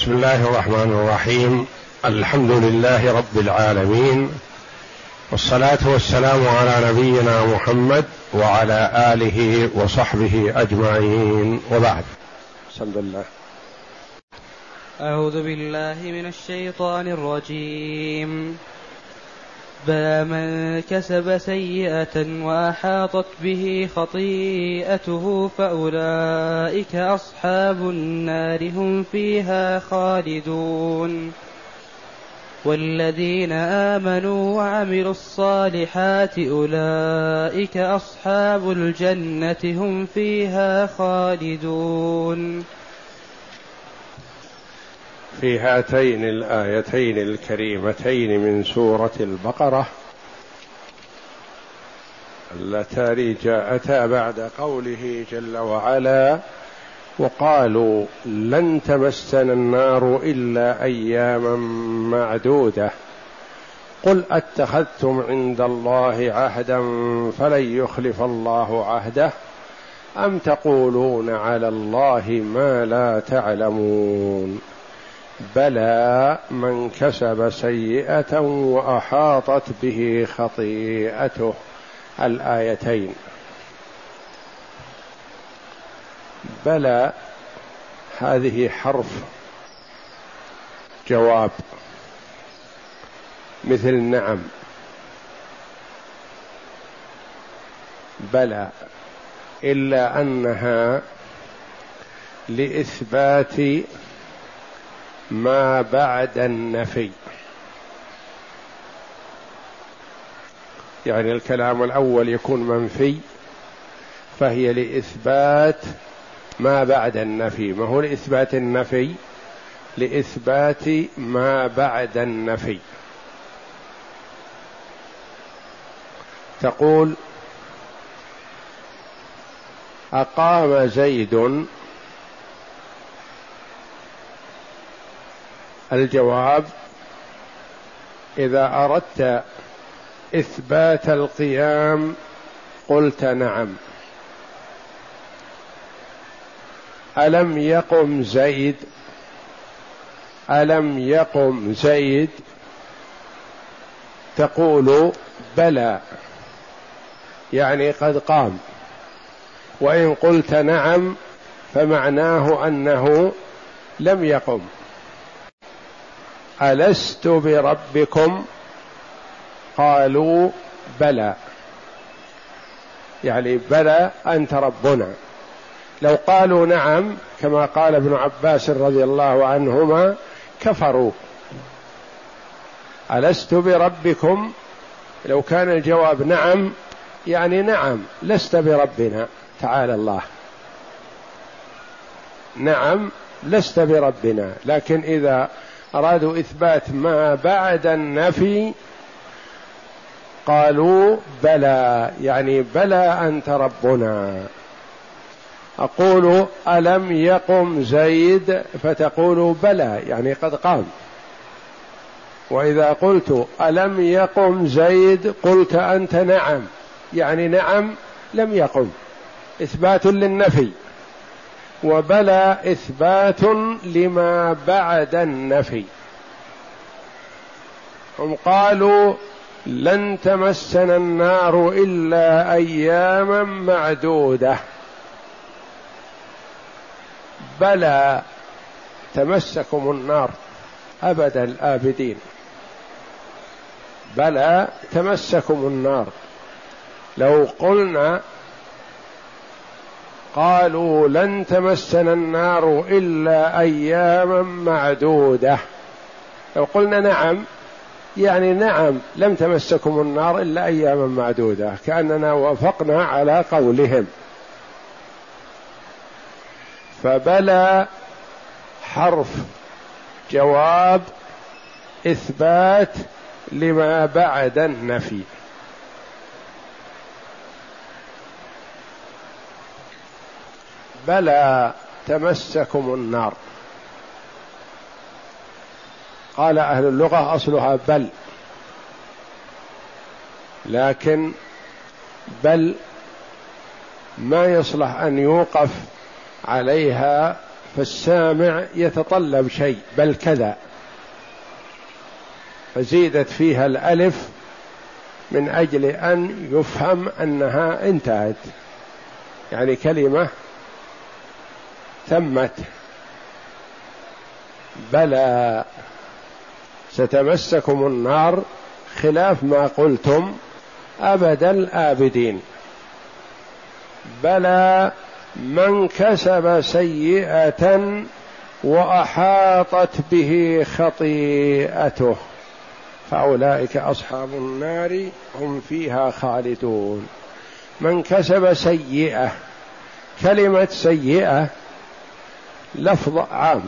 بسم الله الرحمن الرحيم. الحمد لله رب العالمين، والصلاة والسلام على نبينا محمد وعلى آله وصحبه أجمعين، وبعد. بسم الله. أعوذ بالله من الشيطان الرجيم. بلى من كسب سيئة وأحاطت به خطيئته فأولئك أصحاب النار هم فيها خالدون. والذين آمنوا وعملوا الصالحات أولئك أصحاب الجنة هم فيها خالدون. في هاتين الآيتين الكريمتين من سورة البقرة اللتان جاءتا بعد قوله جل وعلا: وقالوا لن تمسنا النار إلا أياما معدودة قل أتخذتم عند الله عهدا فلن يخلف الله عهده أم تقولون على الله ما لا تعلمون بلى من كسب سيئة وأحاطت به خطيئته. الآيتين. بلى هذه حرف جواب مثل نعم. بلى إلا أنها لإثبات ما بعد النفي، يعني الكلام الأول يكون منفي فهي لإثبات ما بعد النفي، ما هو لإثبات النفي، لإثبات ما بعد النفي. تقول أقام زيد، الجواب: إذا أردت إثبات القيام قلت نعم. ألم يقم زيد؟ ألم يقم زيد؟ تقول بلى، يعني قد قام. وإن قلت نعم فمعناه أنه لم يقم. ألست بربكم؟ قالوا بلى، يعني بلى أنت ربنا. لو قالوا نعم كما قال ابن عباس رضي الله عنهما كفروا. ألست بربكم، لو كان الجواب نعم يعني نعم لست بربنا تعالى الله، نعم لست بربنا. لكن إذا أرادوا إثبات ما بعد النفي قالوا بلى، يعني بلى أنت ربنا. أقول ألم يقم زيد فتقول بلى، يعني قد قام. وإذا قلت ألم يقم زيد قلت أنت نعم، يعني نعم لم يقم، إثبات للنفي. وبلى إثبات لما بعد النفي. هم قالوا لن تمسنا النار إلا أياما معدودة. بلى تمسكم النار أبد الآبدين، بلى تمسكم النار. لو قلنا قالوا لن تمسنا النار إلا أياما معدودة، لو قلنا نعم يعني نعم لم تمسكم النار إلا أياما معدودة، كأننا وافقنا على قولهم. فبلى حرف جواب إثبات لما بعد النفي. بلى تمسكم النار. قال أهل اللغة أصلها بل، لكن بل ما يصلح أن يوقف عليها فالسامع يتطلب شيء بل كذا، فزيدت فيها الألف من أجل أن يفهم أنها انتهت، يعني كلمة تمت. بلى ستمسكم النار خلاف ما قلتم أبد الآبدين. بلى من كسب سيئة وأحاطت به خطيئته فأولئك أصحاب النار هم فيها خالدون. من كسب سيئة، كلمة سيئة لفظ عام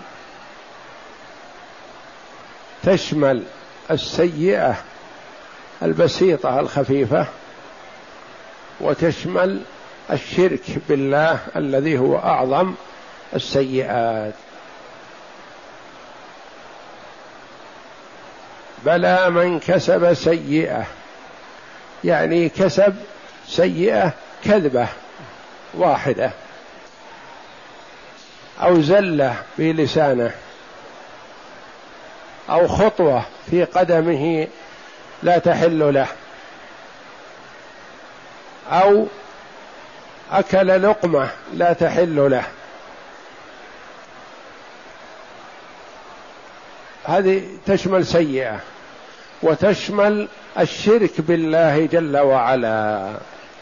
تشمل السيئة البسيطة الخفيفة، وتشمل الشرك بالله الذي هو أعظم السيئات. بلى من كسب سيئة، يعني كسب سيئة كذبة واحدة، أو زلة في لسانه، أو خطوة في قدمه لا تحل له، أو أكل لقمة لا تحل له. هذه تشمل سيئة، وتشمل الشرك بالله جل وعلا.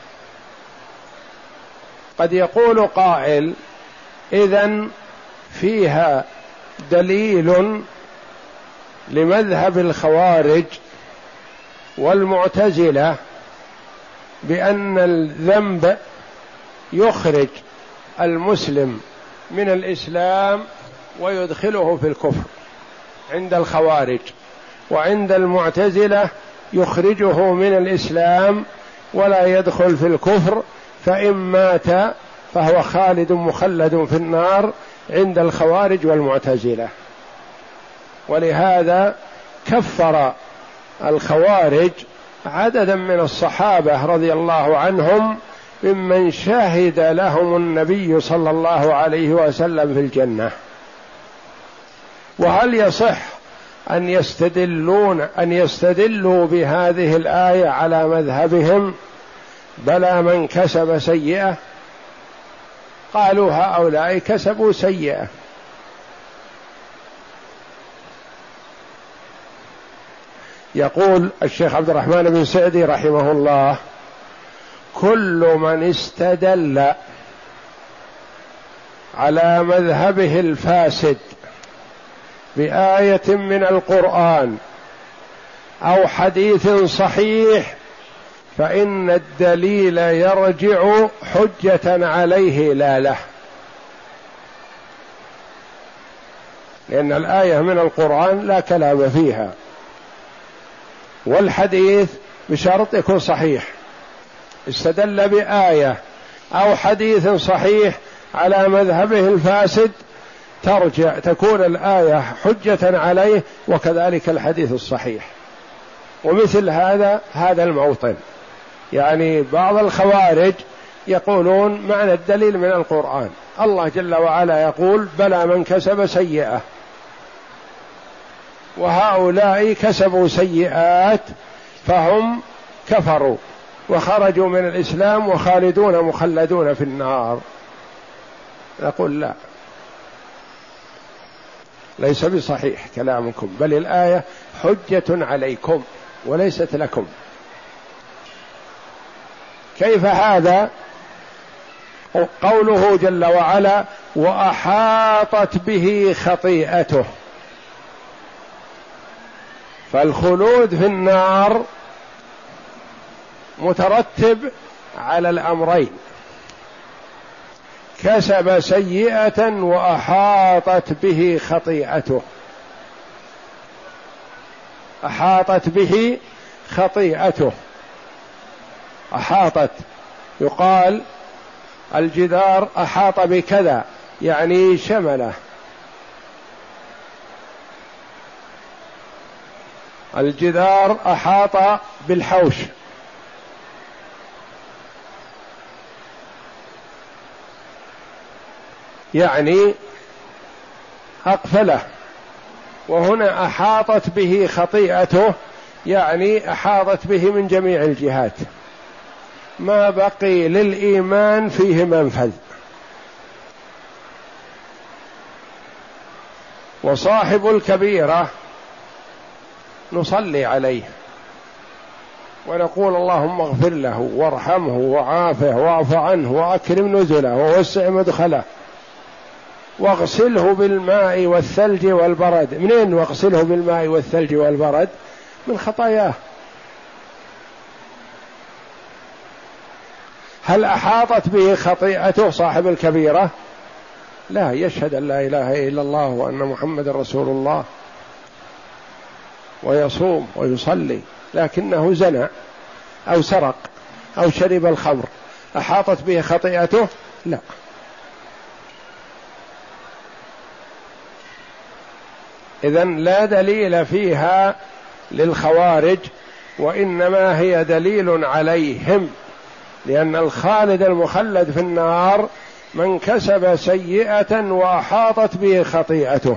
قد يقول قائل إذن فيها دليل لمذهب الخوارج والمعتزلة بأن الذنب يخرج المسلم من الإسلام ويدخله في الكفر عند الخوارج، وعند المعتزلة يخرجه من الإسلام ولا يدخل في الكفر، فإن مات فهو خالد مخلد في النار عند الخوارج والمعتزلة. ولهذا كفر الخوارج عددا من الصحابة رضي الله عنهم ممن شهد لهم النبي صلى الله عليه وسلم في الجنة. وهل يصح أن يستدلوا بهذه الآية على مذهبهم بلى من كسب سيئة؟ قالوا هؤلاء كسبوا سيئة. يقول الشيخ عبد الرحمن بن سعدي رحمه الله: كل من استدل على مذهبه الفاسد بآية من القرآن أو حديث صحيح فإن الدليل يرجع حجة عليه لا له، لأن الآية من القرآن لا كلام فيها، والحديث بشرط يكون صحيح. استدل بآية أو حديث صحيح على مذهبه الفاسد تكون الآية حجة عليه، وكذلك الحديث الصحيح. ومثل هذا الموطن، يعني بعض الخوارج يقولون معنى الدليل من القرآن، الله جل وعلا يقول بلى من كسب سيئة، وهؤلاء كسبوا سيئات فهم كفروا وخرجوا من الإسلام وخالدون مخلدون في النار. نقول لا، ليس بصحيح كلامكم، بل الآية حجة عليكم وليست لكم. كيف هذا؟ قوله جل وعلا: وأحاطت به خطيئته. فالخلود في النار مترتب على الأمرين: كسب سيئة وأحاطت به خطيئته. أحاطت به خطيئته. أحاطت، يقال الجدار أحاط بكذا، يعني شمله. الجدار أحاط بالحوش، يعني أقفله، وهنا أحاطت به خطيئته، يعني أحاطت به من جميع الجهات، ما بقي للإيمان فيه منفذ. وصاحب الكبيرة نصلي عليه ونقول اللهم اغفر له وارحمه وعافه واعف عنه وأكرم نزله ووسع مدخله واغسله بالماء والثلج والبرد. منين واغسله بالماء والثلج والبرد؟ من خطاياه. هل أحاطت به خطيئته صاحب الكبيرة؟ لا، يشهد أن لا إله إلا الله وأن محمد رسول الله ويصوم ويصلي، لكنه زنى أو سرق أو شرب الخمر، أحاطت به خطيئته؟ لا. إذن لا دليل فيها للخوارج، وإنما هي دليل عليهم، لأن الخالد المخلد في النار من كسب سيئة وأحاطت به خطيئته.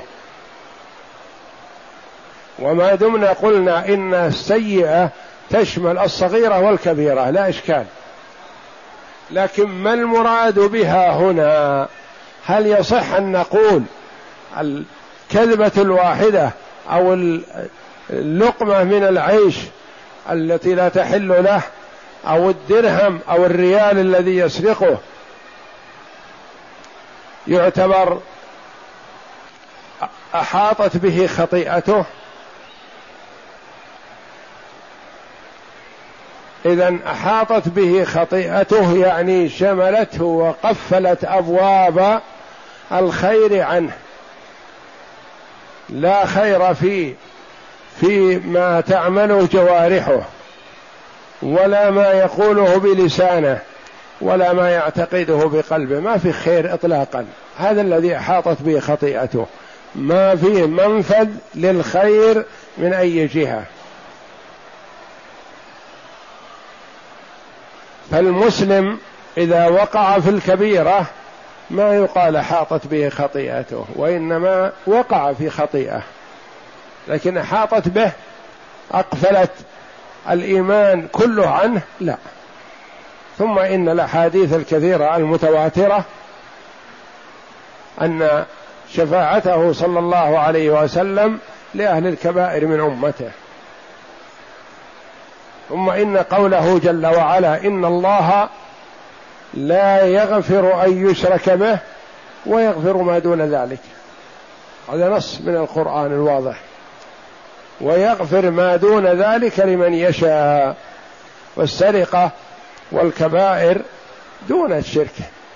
وما دمنا قلنا إن السيئة تشمل الصغيرة والكبيرة لا إشكال، لكن ما المراد بها هنا؟ هل يصح أن نقول الكذبة الواحدة أو اللقمة من العيش التي لا تحل له أو الدرهم أو الريال الذي يسرقه يعتبر أحاطت به خطيئته؟ إذن أحاطت به خطيئته يعني شملته وقفلت أبواب الخير عنه، لا خير في ما تعمله جوارحه ولا ما يقوله بلسانه ولا ما يعتقده بقلبه، ما في خير إطلاقا. هذا الذي أحاطت به خطيئته، ما فيه منفذ للخير من أي جهة. فالمسلم إذا وقع في الكبيرة ما يقال أحاطت به خطيئته، وإنما وقع في خطيئة لكن أحاطت به أقفلت الإيمان كله عنه، لا. ثم إن الأحاديث الكثيرة المتواترة أن شفاعته صلى الله عليه وسلم لأهل الكبائر من أمته. ثم إن قوله جل وعلا إن الله لا يغفر أن يشرك به ويغفر ما دون ذلك، هذا نص من القرآن الواضح، ويغفر ما دون ذلك لمن يشاء. والسرقة والكبائر دون الشرك.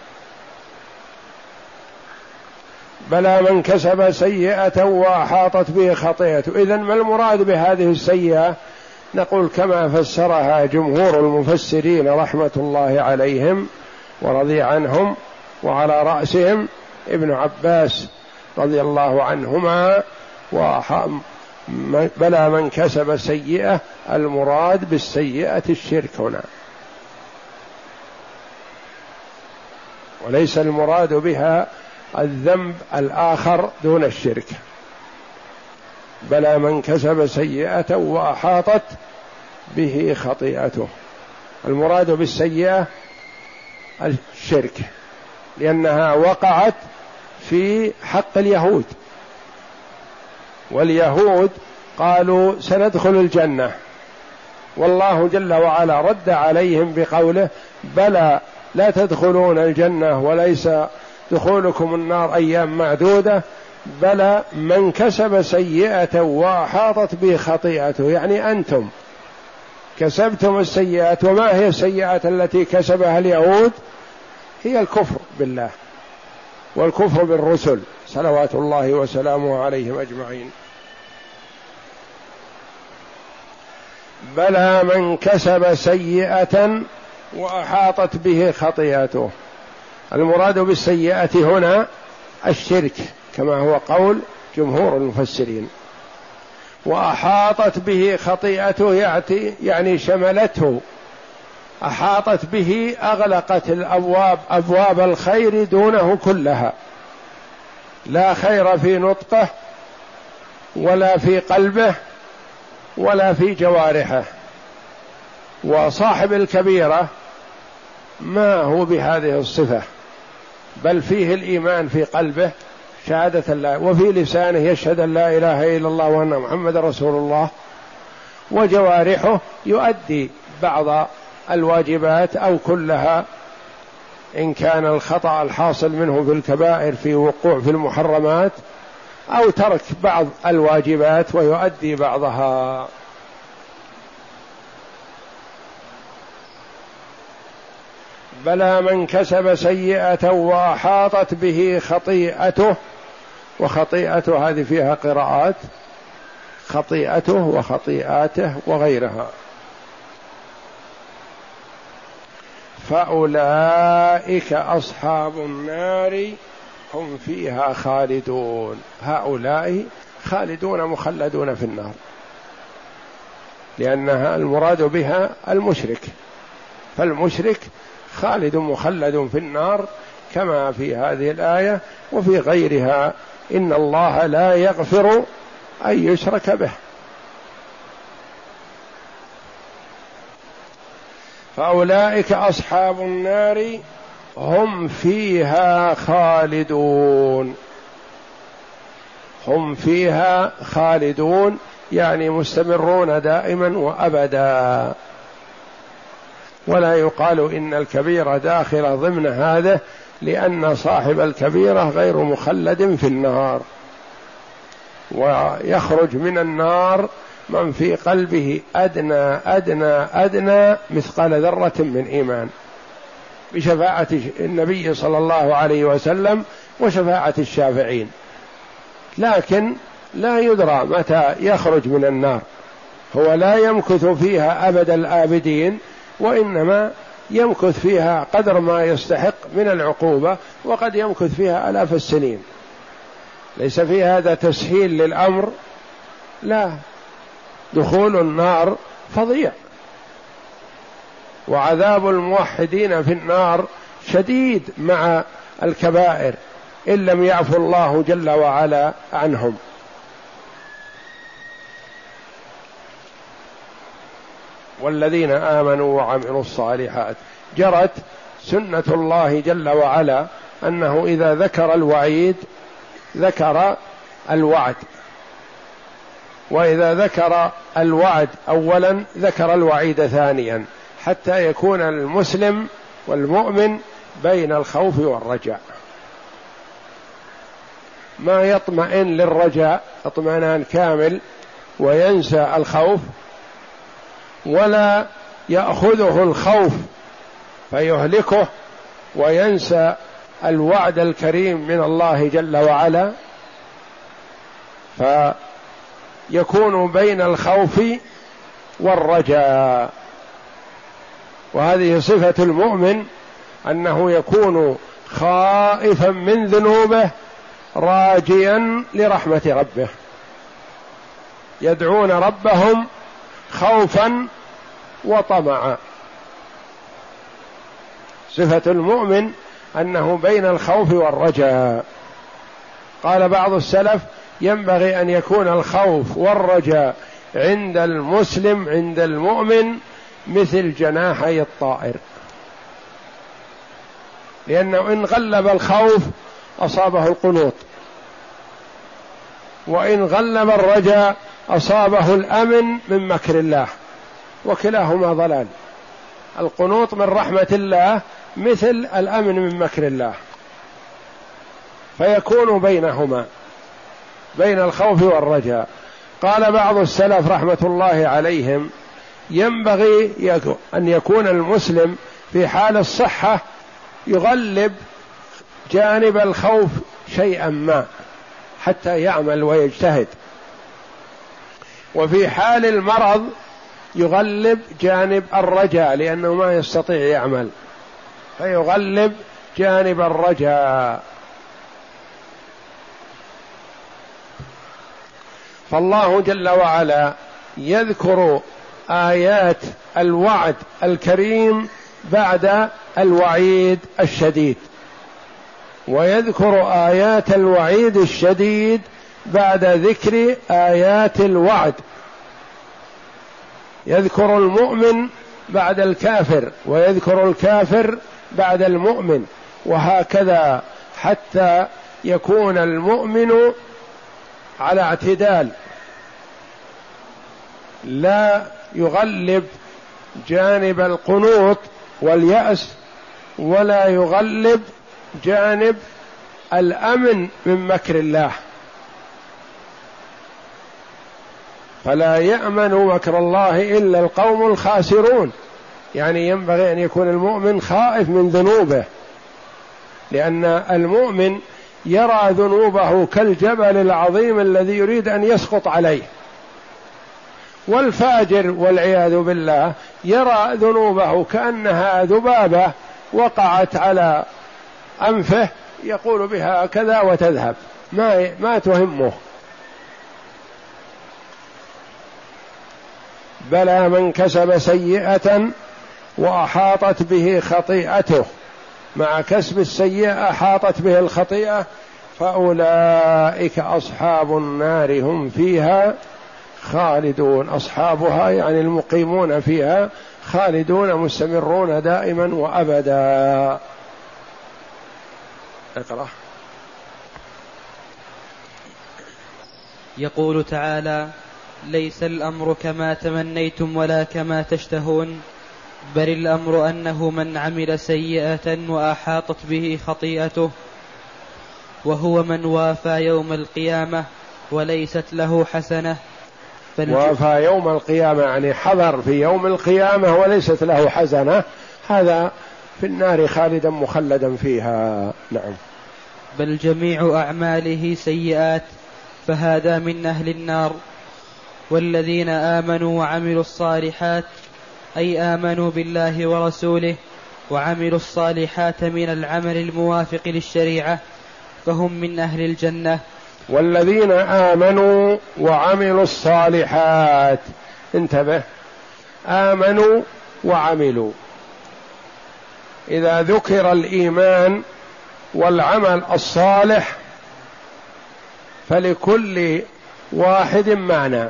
بلى من كسب سيئة وأحاطت به خطيئته. إذن ما المراد بهذه السيئة؟ نقول كما فسرها جمهور المفسرين رحمة الله عليهم ورضي عنهم، وعلى رأسهم ابن عباس رضي الله عنهما. بلى من كسب سيئة، المراد بالسيئة الشرك هنا، وليس المراد بها الذنب الآخر دون الشرك. بلى من كسب سيئة وأحاطت به خطيئته، المراد بالسيئة الشرك، لأنها وقعت في حق اليهود، واليهود قالوا سندخل الجنة، والله جل وعلا رد عليهم بقوله بلى لا تدخلون الجنة وليس دخولكم النار أيام معدودة، بلى من كسب سيئة وأحاطت به خطيئته، يعني أنتم كسبتم السيئات. وما هي السيئات التي كسبها اليهود؟ هي الكفر بالله والكفر بالرسل صلوات الله وسلامه عليهم أجمعين. بلى من كسب سيئة وأحاطت به خطيئته، المراد بالسيئة هنا الشرك كما هو قول جمهور المفسرين. وأحاطت به خطيئته يعني شملته، أحاطت به أغلقت الأبواب، أبواب الخير دونه كلها، لا خير في نطقه ولا في قلبه ولا في جوارحه. وصاحب الكبيرة ما هو بهذه الصفة، بل فيه الإيمان في قلبه شهادة الله، وفي لسانه يشهد أن لا إله إلا الله وأن محمد رسول الله، وجوارحه يؤدي بعض الواجبات أو كلها إن كان الخطأ الحاصل منه في الكبائر في وقوع في المحرمات، أو ترك بعض الواجبات ويؤدي بعضها. بلى من كسب سيئة وأحاطت به خطيئته، وخطيئته هذه فيها قراءات، خطيئته وخطيئاته وغيرها، فأولئك أصحاب النار هم فيها خالدون. هؤلاء خالدون مخلدون في النار، لأنها المراد بها المشرك، فالمشرك خالد مخلد في النار كما في هذه الآية وفي غيرها: إن الله لا يغفر أن يشرك به. فأولئك أصحاب النار هم فيها خالدون. هم فيها خالدون يعني مستمرون دائما وأبدا، ولا يقال إن الكبيرة داخل ضمن هذا، لأن صاحب الكبيرة غير مخلد في النار، ويخرج من النار من في قلبه أدنى مثقال ذرة من إيمان، بشفاعة النبي صلى الله عليه وسلم وشفاعة الشافعين، لكن لا يدرى متى يخرج من النار. هو لا يمكث فيها أبد الآبدين، وإنما يمكث فيها قدر ما يستحق من العقوبة، وقد يمكث فيها آلاف السنين. ليس في هذا تسهيل للأمر، لا، دخول النار فظيع، وعذاب الموحدين في النار شديد مع الكبائر إن لم يعفو الله جل وعلا عنهم. والذين آمنوا وعملوا الصالحات، جرت سنة الله جل وعلا أنه إذا ذكر الوعيد ذكر الوعد، وإذا ذكر الوعد أولا ذكر الوعيد ثانيا، حتى يكون المسلم والمؤمن بين الخوف والرجاء، ما يطمئن للرجاء اطمئنان كامل وينسى الخوف، ولا يأخذه الخوف فيهلكه وينسى الوعد الكريم من الله جل وعلا، فيكون بين الخوف والرجاء. وهذه صفة المؤمن، أنه يكون خائفا من ذنوبه راجيا لرحمة ربه، يدعون ربهم خوفا وطمعا. صفة المؤمن أنه بين الخوف والرجاء. قال بعض السلف: ينبغي أن يكون الخوف والرجاء عند المسلم عند المؤمن مثل جناحي الطائر، لأنه إن غلب الخوف أصابه القنوط، وإن غلب الرجاء أصابه الأمن من مكر الله، وكلاهما ضلال. القنوط من رحمة الله مثل الأمن من مكر الله، فيكون بينهما بين الخوف والرجاء. قال بعض السلف رحمة الله عليهم: ينبغي أن يكون المسلم في حال الصحة يغلب جانب الخوف شيئا ما حتى يعمل ويجتهد، وفي حال المرض يغلب جانب الرجاء لأنه ما يستطيع يعمل، فيغلب جانب الرجاء. فالله جل وعلا يذكر آيات الوعد الكريم بعد الوعيد الشديد، ويذكر آيات الوعيد الشديد بعد ذكر آيات الوعد، يذكر المؤمن بعد الكافر ويذكر الكافر بعد المؤمن، وهكذا حتى يكون المؤمن على اعتدال، لا يغلب جانب القنوط واليأس ولا يغلب جانب الأمن من مكر الله، فلا يأمن مكر الله إلا القوم الخاسرون. يعني ينبغي أن يكون المؤمن خائف من ذنوبه، لأن المؤمن يرى ذنوبه كالجبل العظيم الذي يريد أن يسقط عليه، والفاجر والعياذ بالله يرى ذنوبه كأنها ذبابة وقعت على أنفه يقول بها كذا وتذهب، ما تهمه. بلى من كسب سيئة وأحاطت به خطيئته، مع كسب السيئة أحاطت به الخطيئة، فأولئك أصحاب النار هم فيها خالدون. أصحابها يعني المقيمون فيها، خالدون مستمرون دائما وأبدا. اقرأ. يقول تعالى: ليس الأمر كما تمنيتم ولا كما تشتهون، بل الأمر أنه من عمل سيئة وأحاطت به خطيئته وهو من وافى يوم القيامة وليست له حسنة. وافى يوم القيامة يعني حضر في يوم القيامة وليست له حسنة، هذا في النار خالدا مخلدا فيها. نعم. بل جميع أعماله سيئات، فهذا من أهل النار. والذين آمنوا وعملوا الصالحات، أي آمنوا بالله ورسوله وعملوا الصالحات من العمل الموافق للشريعة، فهم من أهل الجنة. والذين آمنوا وعملوا الصالحات، انتبه، آمنوا وعملوا. إذا ذكر الإيمان والعمل الصالح فلكل واحد معنى،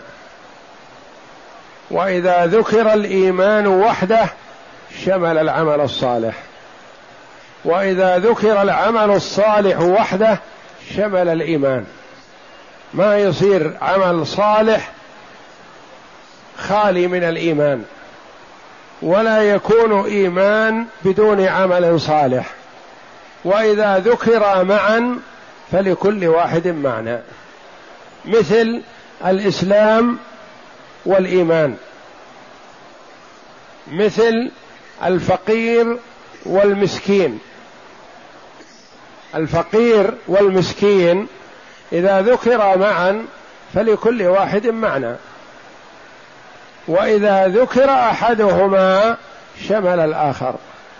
وإذا ذكر الإيمان وحده شمل العمل الصالح، وإذا ذكر العمل الصالح وحده شمل الإيمان. ما يصير عمل صالح خالي من الإيمان، ولا يكون إيمان بدون عمل صالح. وإذا ذكر معا فلكل واحد معنى، مثل الإسلام والإيمان، مثل الفقير والمسكين. الفقير والمسكين إذا ذكر معا فلكل واحد معنى، وإذا ذكر أحدهما شمل الآخر.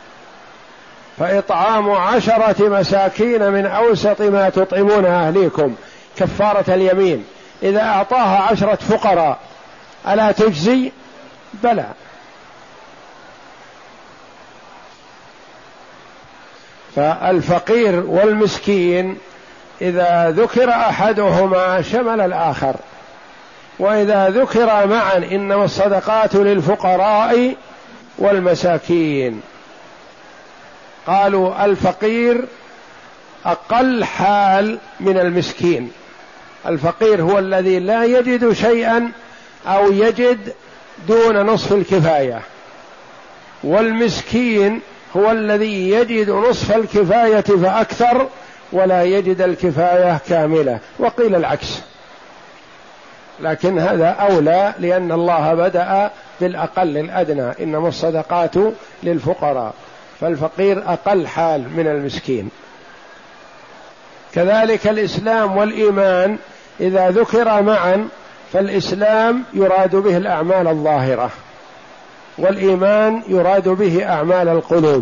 فإطعام 10 مساكين من أوسط ما تطعمون أهليكم كفارة اليمين، إذا أعطاها 10 فقراء ألا تجزي؟ بلى. فالفقير والمسكين إذا ذكر أحدهما شمل الآخر، وإذا ذكر معا إنما الصدقات للفقراء والمساكين. قالوا الفقير أقل حال من المسكين، الفقير هو الذي لا يجد شيئا أو يجد دون نصف الكفاية، والمسكين هو الذي يجد نصف الكفاية فأكثر ولا يجد الكفاية كاملة، وقيل العكس، لكن هذا أولى لأن الله بدأ بالأقل الأدنى، إنما الصدقات للفقراء، فالفقير أقل حال من المسكين. كذلك الإسلام والإيمان إذا ذكر معا فالإسلام يراد به الأعمال الظاهرة، والإيمان يراد به أعمال القلوب.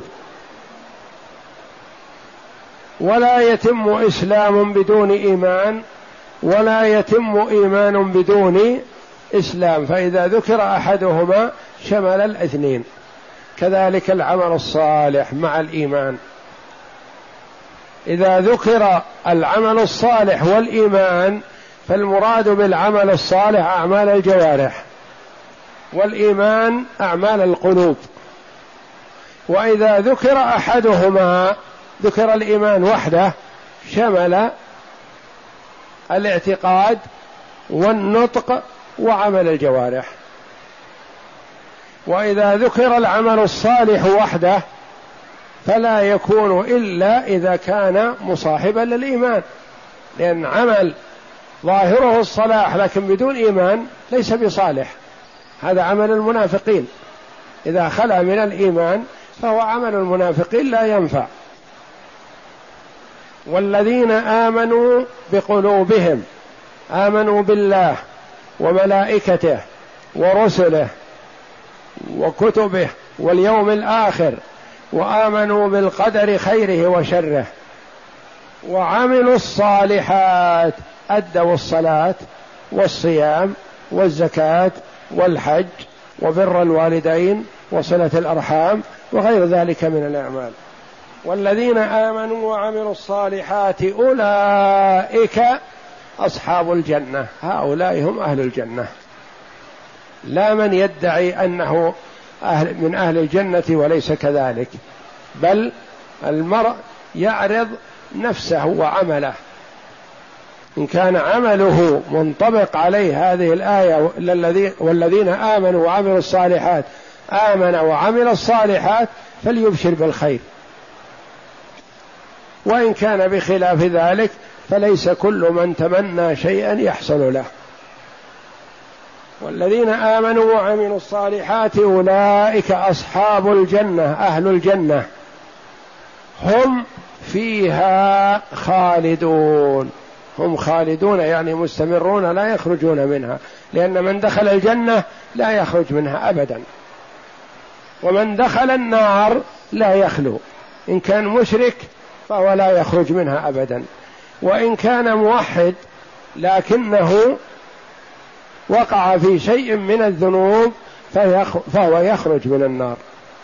ولا يتم إسلام بدون إيمان، ولا يتم إيمان بدون إسلام، فإذا ذكر أحدهما شمل الاثنين. كذلك العمل الصالح مع الإيمان. إذا ذكر العمل الصالح والإيمان فالمراد بالعمل الصالح أعمال الجوارح، والإيمان أعمال القلوب. وإذا ذكر أحدهما، ذكر الإيمان وحده، شمل الاعتقاد والنطق وعمل الجوارح. وإذا ذكر العمل الصالح وحده فلا يكون إلا إذا كان مصاحبا للإيمان، لأن عمل ظاهره الصلاح لكن بدون إيمان ليس بصالح، هذا عمل المنافقين، إذا خلا من الإيمان فهو عمل المنافقين لا ينفع. والذين آمنوا بقلوبهم، آمنوا بالله وملائكته ورسله وكتبه واليوم الآخر، وآمنوا بالقدر خيره وشره، وعملوا الصالحات، أدوا الصلاة والصيام والزكاة والحج وبر الوالدين وصلة الأرحام وغير ذلك من الأعمال. والذين آمنوا وعملوا الصالحات أولئك أصحاب الجنة، هؤلاء هم أهل الجنة. لا من يدعي أنه من أهل الجنة وليس كذلك، بل المرء يعرض نفسه وعمله، إن كان عمله منطبق عليه هذه الآية والذين آمنوا وعملوا الصالحات، آمن وعمل الصالحات فليبشر بالخير، وإن كان بخلاف ذلك فليس كل من تمنى شيئا يحصل له. والذين آمنوا وعملوا الصالحات أولئك أصحاب الجنة، أهل الجنة، هم فيها خالدون. هم خالدون يعني مستمرون لا يخرجون منها، لأن من دخل الجنة لا يخرج منها أبدا، ومن دخل النار لا يخلو، إن كان مشرك فهو لا يخرج منها أبدا، وإن كان موحد لكنه وقع في شيء من الذنوب فهو يخرج من النار،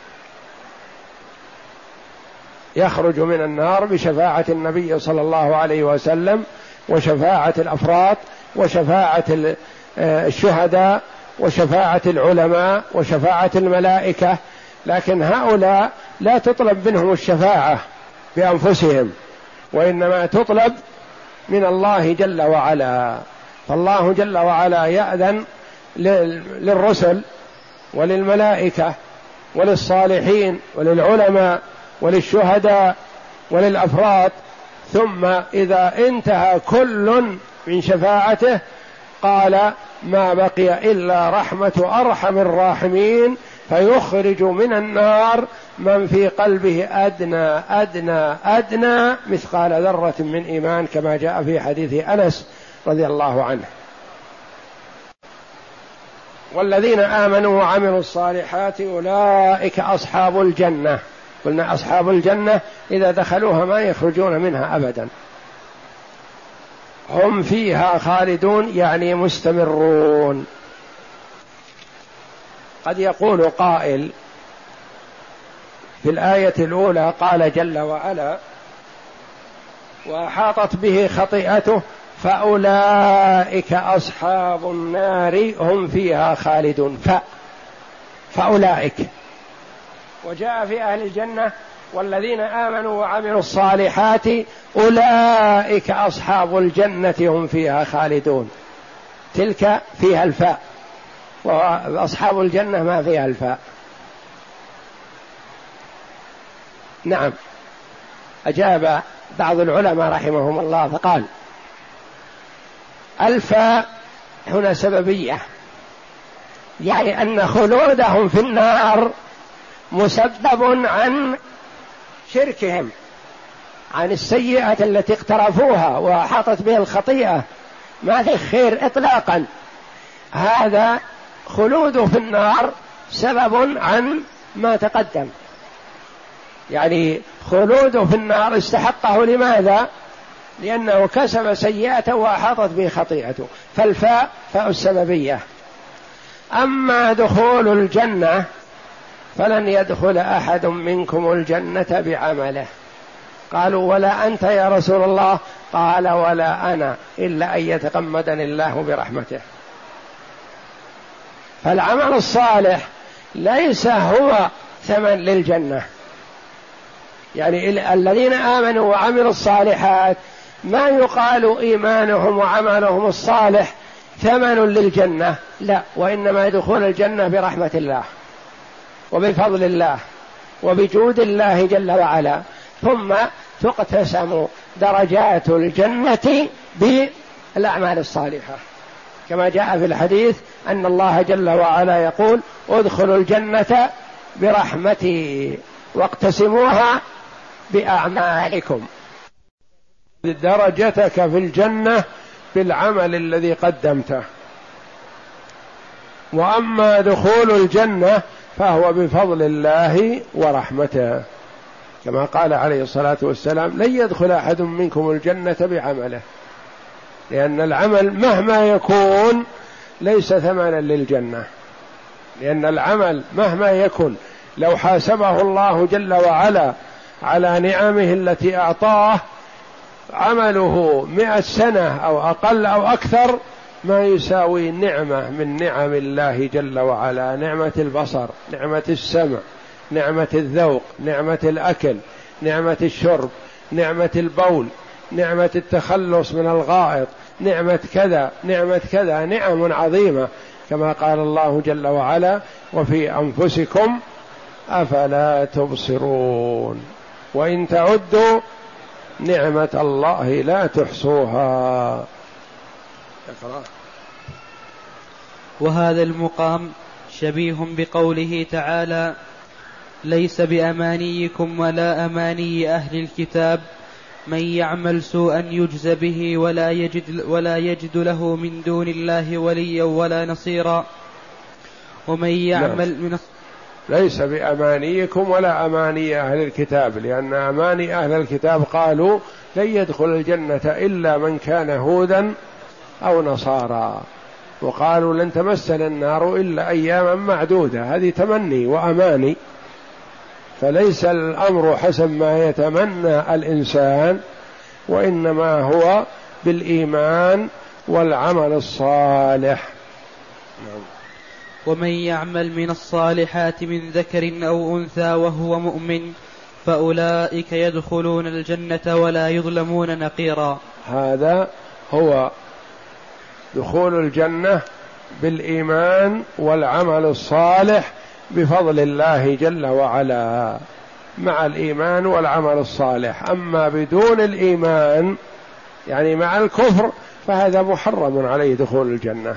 يخرج من النار بشفاعة النبي صلى الله عليه وسلم وشفاعة الأفراط وشفاعة الشهداء وشفاعة العلماء وشفاعة الملائكة. لكن هؤلاء لا تطلب منهم الشفاعة بأنفسهم، وإنما تطلب من الله جل وعلا. فالله جل وعلا يأذن للرسل وللملائكة وللصالحين وللعلماء وللشهداء وللأفراط، ثم إذا انتهى كل من شفاعته قال ما بقي إلا رحمة أرحم الراحمين، فيخرج من النار من في قلبه أدنى مثقال ذرة من إيمان، كما جاء في حديث أنس رضي الله عنه. والذين آمنوا وعملوا الصالحات أولئك أصحاب الجنة. قلنا أصحاب الجنة إذا دخلوها ما يخرجون منها أبدا، هم فيها خالدون يعني مستمرون. قد يقول قائل في الآية الأولى قال جل وعلا وأحاطت به خطيئته فأولئك أصحاب النار هم فيها خالدون، فأولئك. وجاء في أهل الجنة والذين آمنوا وعملوا الصالحات أولئك أصحاب الجنة هم فيها خالدون، تلك فيها الفاء، وأصحاب الجنة ما فيها الفاء. نعم. أجاب بعض العلماء رحمهم الله فقال الفاء هنا سببية، يعني أن خلودهم في النار مسبب عن شركهم، عن السيئة التي اقترفوها وأحاطت بها الخطيئة، ما في خير إطلاقا. هذا خلوده في النار سبب عن ما تقدم، يعني خلوده في النار استحقه. لماذا؟ لأنه كسب سيئته وأحاطت به خطيئته، فالفاء فاء السببية. أما دخول الجنة فلن يدخل أحد منكم الجنة بعمله، قالوا ولا أنت يا رسول الله؟ قال ولا أنا إلا أن يتغمدني الله برحمته. فالعمل الصالح ليس هو ثمن للجنة، يعني الذين آمنوا وعملوا الصالحات ما يقال إيمانهم وعملهم الصالح ثمن للجنة، لا، وإنما يدخل الجنة برحمة الله وبفضل الله وبجود الله جل وعلا، ثم تقتسم درجات الجنة بالأعمال الصالحة، كما جاء في الحديث أن الله جل وعلا يقول ادخلوا الجنة برحمتي واقتسموها بأعمالكم. درجتك في الجنة بالعمل الذي قدمته، وأما دخول الجنة فهو بفضل الله ورحمته، كما قال عليه الصلاة والسلام لن يدخل أحد منكم الجنة بعمله، لأن العمل مهما يكون ليس ثمنا للجنة، لأن العمل مهما يكن لو حاسبه الله جل وعلا على نعمه التي أعطاه عمله 100 سنة أو أقل أو أكثر ما يساوي نعمة من نعم الله جل وعلا، نعمة البصر، نعمة السمع، نعمة الذوق، نعمة الأكل، نعمة الشرب، نعمة البول، نعمة التخلص من الغائط، نعمة كذا نعمة كذا، نعم عظيمة، كما قال الله جل وعلا وفي أنفسكم أفلا تبصرون وإن تعدوا نعمة الله لا تحصوها. وهذا المقام شبيه بقوله تعالى ليس بأمانيكم ولا أماني أهل الكتاب من يعمل سوءا يجز به ولا يجد له من دون الله وليا ولا نصيرا. ومن يعمل من ليس بأمانيكم ولا أماني أهل الكتاب، لأن أماني أهل الكتاب قالوا لن يدخل الجنة إلا من كان هودا أو نصارى، وقالوا لن تمسنا النار إلا أياما معدودة، هذه تمني وأماني، فليس الأمر حسب ما يتمنى الإنسان، وإنما هو بالإيمان والعمل الصالح. ومن يعمل من الصالحات من ذكر أو أنثى وهو مؤمن فأولئك يدخلون الجنة ولا يظلمون نقيرا. هذا هو دخول الجنة بالإيمان والعمل الصالح بفضل الله جل وعلا مع الإيمان والعمل الصالح. أما بدون الإيمان يعني مع الكفر فهذا محرم عليه دخول الجنة.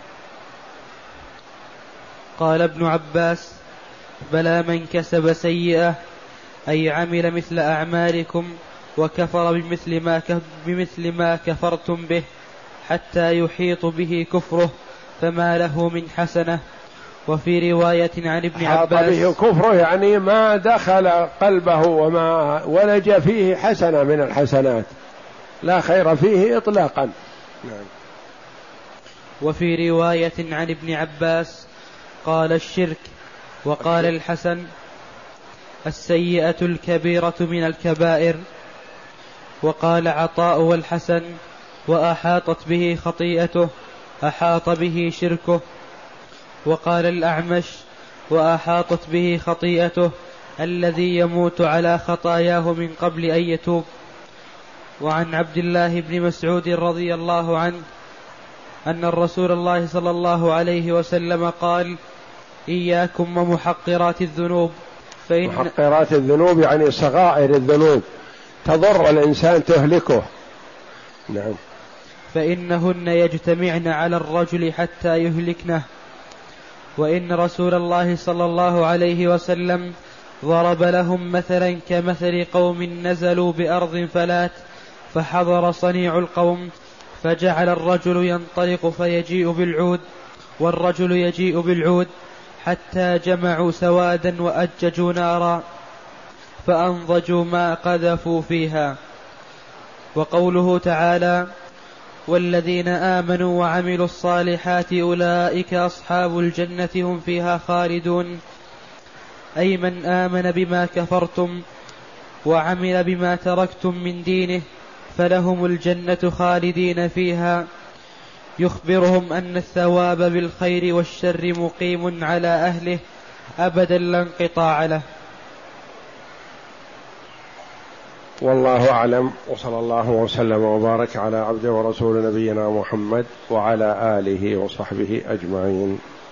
قال ابن عباس بلى من كسب سيئة أي عمل مثل أعمالكم وكفر بمثل ما كفرتم به حتى يحيط به كفره فما له من حسنة. وفي رواية عن ابن عباس به كفره يعني ما دخل قلبه وما ولج فيه حسنة من الحسنات، لا خير فيه إطلاقا. وفي رواية عن ابن عباس قال الشرك. وقال الحسن السيئة الكبيرة من الكبائر. وقال عطاء والحسن وأحاطت به خطيئته أحاط به شركه. وقال الأعمش وأحاطت به خطيئته الذي يموت على خطاياه من قبل أن يتوب. وعن عبد الله بن مسعود رضي الله عنه أن الرسول الله صلى الله عليه وسلم قال إياكم ومحقرات الذنوب محقرات الذنوب يعني صغائر الذنوب تضر الإنسان تهلكه. نعم. فإنهن يجتمعن على الرجل حتى يهلكنه. وإن رسول الله صلى الله عليه وسلم ضرب لهم مثلا كمثل قوم نزلوا بأرض فلات فحضر صنيع القوم فجعل الرجل ينطلق فيجيء بالعود والرجل يجيء بالعود حتى جمعوا سوادا وأججوا نارا فأنضجوا ما قذفوا فيها. وقوله تعالى والذين آمنوا وعملوا الصالحات أولئك أصحاب الجنة هم فيها خالدون أي من آمن بما كفرتم وعمل بما تركتم من دينه فلهم الجنة خالدين فيها، يخبرهم أن الثواب بالخير والشر مقيم على أهله أبدا لا انقطاع له. والله أعلم، وصلى الله وسلم وبارك على عبده ورسول نبينا محمد وعلى آله وصحبه أجمعين.